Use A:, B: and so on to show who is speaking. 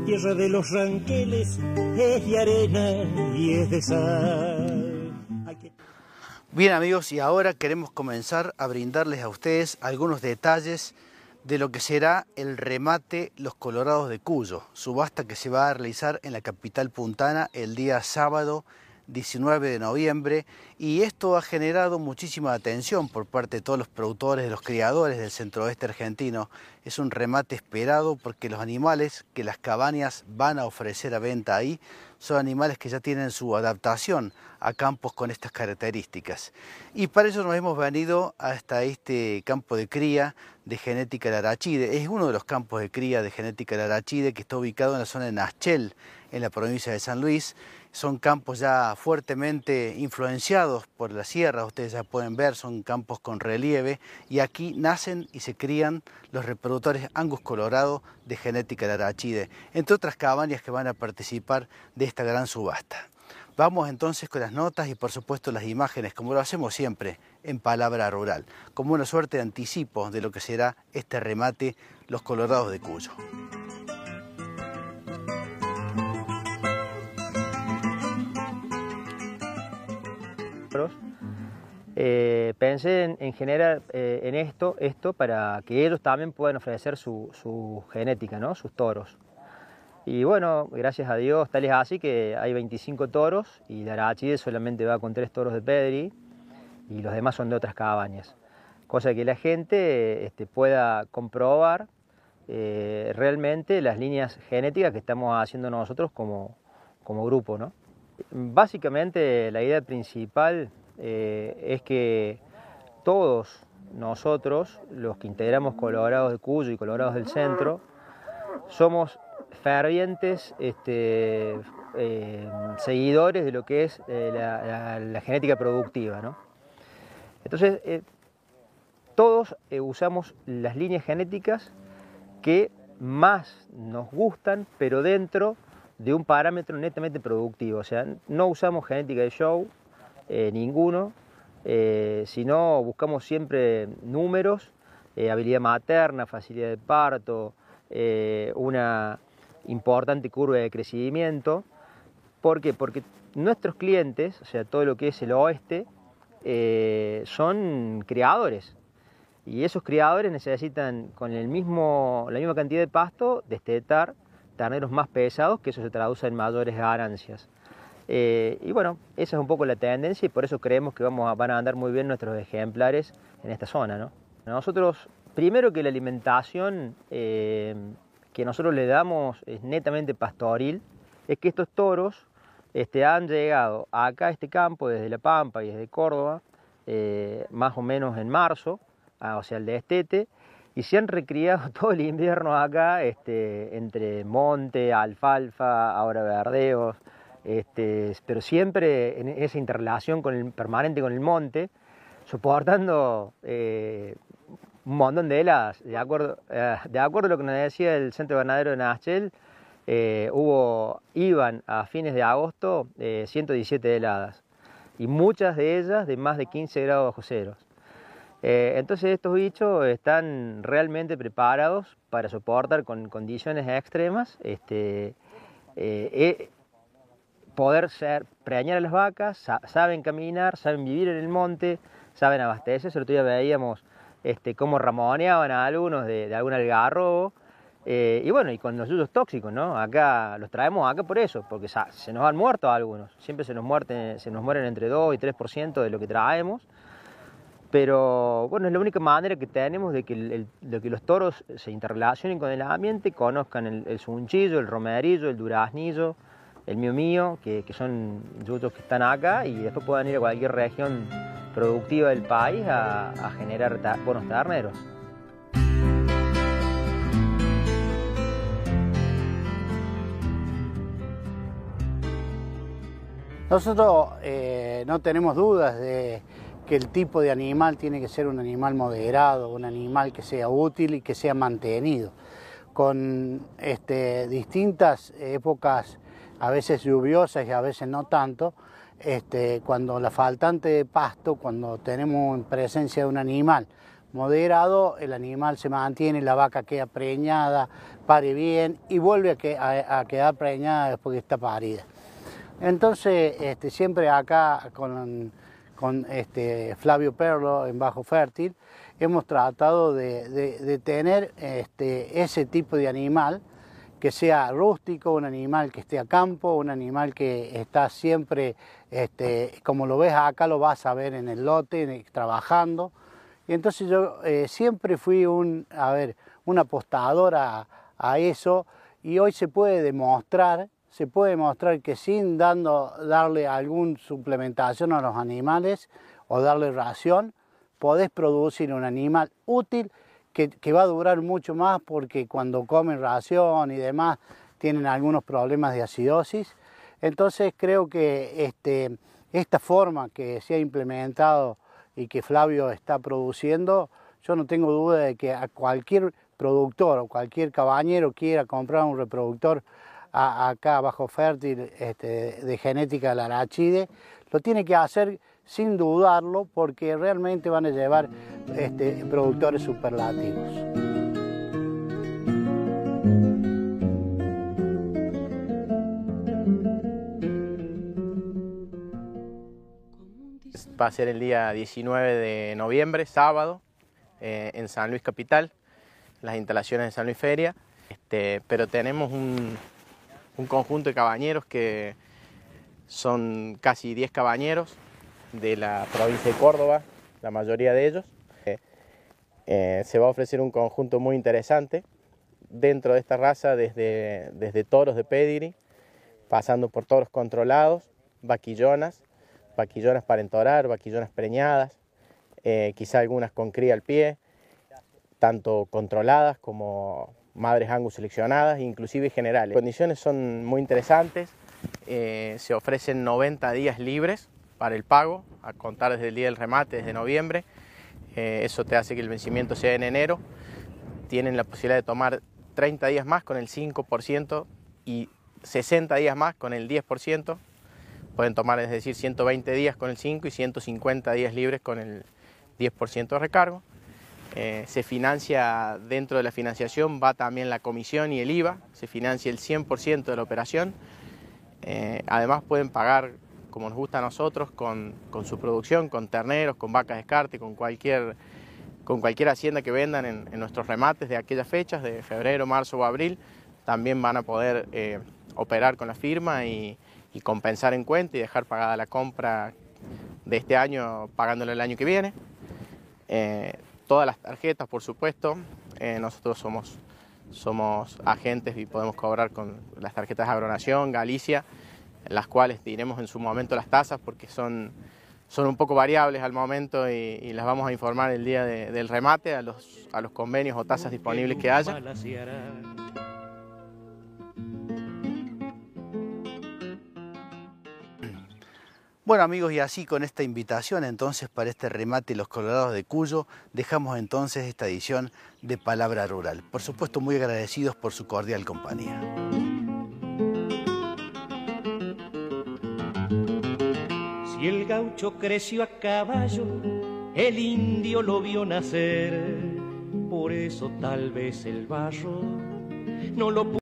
A: tierra de los ranqueles es de arena y es de sal.
B: Bien amigos, y ahora queremos comenzar a brindarles a ustedes algunos detalles de lo que será el remate Los Colorados de Cuyo, subasta que se va a realizar en la capital puntana el día sábado 19 de noviembre, y esto ha generado muchísima atención por parte de todos los productores, de los criadores del centro-oeste argentino. Es un remate esperado porque los animales que las cabañas van a ofrecer a venta ahí son animales que ya tienen su adaptación a campos con estas características. Y para eso nos hemos venido hasta este campo de cría de genética Larachide. Es uno de los campos de cría de genética Larachide que está ubicado en la zona de Nachel, en la provincia de San Luis. Son campos ya fuertemente influenciados por la sierra, ustedes ya pueden ver, son campos con relieve, y aquí nacen y se crían los reproductores Angus Colorado de genética Larachide, entre otras cabañas que van a participar de esta gran subasta. Vamos entonces con las notas y por supuesto las imágenes, como lo hacemos siempre, en Palabra Rural, como una suerte de anticipo de lo que será este remate Los Colorados de Cuyo.
C: Pensé en generar en esto para que ellos también puedan ofrecer su genética, ¿no? Sus toros. Y bueno, gracias a Dios, tal es así que hay 25 toros y Larachide solamente va con 3 toros de Pedri y los demás son de otras cabañas. Cosa que la gente pueda comprobar realmente las líneas genéticas que estamos haciendo nosotros como grupo, ¿no? Básicamente la idea principal es que todos nosotros, los que integramos Colorados de Cuyo y Colorados del Centro, somos fervientes seguidores de lo que es la genética productiva, ¿no? Entonces, todos usamos las líneas genéticas que más nos gustan, pero dentro de un parámetro netamente productivo. O sea, no usamos genética de show, ninguno, sino buscamos siempre números, habilidad materna, facilidad de parto, una importante curva de crecimiento. ¿Por qué? Porque nuestros clientes, o sea, todo lo que es el oeste, son criadores. Y esos criadores necesitan, con la misma cantidad de pasto, destetar terneros más pesados, que eso se traduce en mayores ganancias. Y bueno, esa es un poco la tendencia y por eso creemos que van a andar muy bien nuestros ejemplares en esta zona, ¿no? Nosotros, primero que la alimentación que nosotros le damos es netamente pastoril, es que estos toros han llegado acá a este campo desde La Pampa y desde Córdoba, más o menos en marzo, o sea, el destete, y se han recriado todo el invierno acá, entre monte, alfalfa, ahora verdeos, pero siempre en esa interrelación permanente con el monte, soportando un montón de heladas. De acuerdo a lo que nos decía el Centro Ganadero de Nachel, iban a fines de agosto 117 heladas, y muchas de ellas de más de 15 grados bajo cero. Entonces estos bichos están realmente preparados para soportar con condiciones extremas, poder preñar a las vacas, saben caminar, saben vivir en el monte, saben abastecerse. El otro día veíamos cómo ramoneaban a algunos de algún algarrobo, y bueno, y con los yuyos tóxicos, ¿no? Acá los traemos acá por eso, porque se nos han muerto algunos, siempre se nos mueren entre 2 y 3% de lo que traemos. Pero bueno, es la única manera que tenemos de que los toros se interrelacionen con el ambiente, conozcan el sunchillo, el romerillo, el duraznillo, el mío, que son yuyos que están acá, y después puedan ir a cualquier región productiva del país a generar buenos terneros.
B: Nosotros no tenemos dudas de que el tipo de animal tiene que ser un animal moderado, un animal que sea útil y que sea mantenido. Con distintas épocas, a veces lluviosas y a veces no tanto, cuando la faltante de pasto, cuando tenemos presencia de un animal
D: moderado, el animal se mantiene, la vaca queda preñada, pare bien y vuelve a quedar preñada después que está parida. Entonces, siempre acá con Flavio Perlo en Bajo Fértil, hemos tratado de tener ese tipo de animal que sea rústico, un animal que esté a campo, un animal que está siempre, como lo ves acá, lo vas a ver en el lote, trabajando. Y entonces yo siempre fui un apostador a eso, y hoy se puede demostrar que sin darle alguna suplementación a los animales o darle ración, podés producir un animal útil que va a durar mucho más, porque cuando comen ración y demás tienen algunos problemas de acidosis. Entonces creo que esta forma que se ha implementado y que Flavio está produciendo, yo no tengo duda de que a cualquier productor o cualquier cabañero quiera comprar un reproductor acá Bajo Fértil de genética Larachide, lo tiene que hacer sin dudarlo, porque realmente van a llevar productores superlativos.
E: Va a ser el día 19 de noviembre, sábado, en San Luis Capital, las instalaciones de San Luis Feria, pero tenemos un conjunto de cabañeros que son casi 10 cabañeros de la provincia de Córdoba, la mayoría de ellos. Se va a ofrecer un conjunto muy interesante dentro de esta raza, desde toros de pedigree, pasando por toros controlados, vaquillonas para entorar, vaquillonas preñadas, quizá algunas con cría al pie, tanto controladas como madres Angus seleccionadas, inclusive generales. Las condiciones son muy interesantes, se ofrecen 90 días libres para el pago, a contar desde el día del remate, desde noviembre. Eso te hace que el vencimiento sea en enero. Tienen la posibilidad de tomar 30 días más con el 5% y 60 días más con el 10%. Pueden tomar, es decir, 120 días con el 5 y 150 días libres con el 10% de recargo. Se financia, dentro de la financiación va también la comisión y el IVA, se financia el 100% de la operación. Además pueden pagar, como nos gusta a nosotros, con su producción, con terneros, con vacas de descarte, con cualquier hacienda que vendan en nuestros remates de aquellas fechas, de febrero, marzo o abril. También van a poder operar con la firma y compensar en cuenta y dejar pagada la compra de este año, pagándola el año que viene. Todas las tarjetas, por supuesto, nosotros somos agentes y podemos cobrar con las tarjetas de Agronación, Galicia, las cuales diremos en su momento las tasas, porque son un poco variables al momento, y las vamos a informar el día del remate a los convenios o tasas disponibles que haya.
B: Bueno amigos, y así con esta invitación entonces para este remate Los Colorados de Cuyo, dejamos entonces esta edición de Palabra Rural. Por supuesto muy agradecidos por su cordial compañía.
A: Si el gaucho creció a caballo, el indio lo vio nacer, por eso tal vez el barro no lo pudo.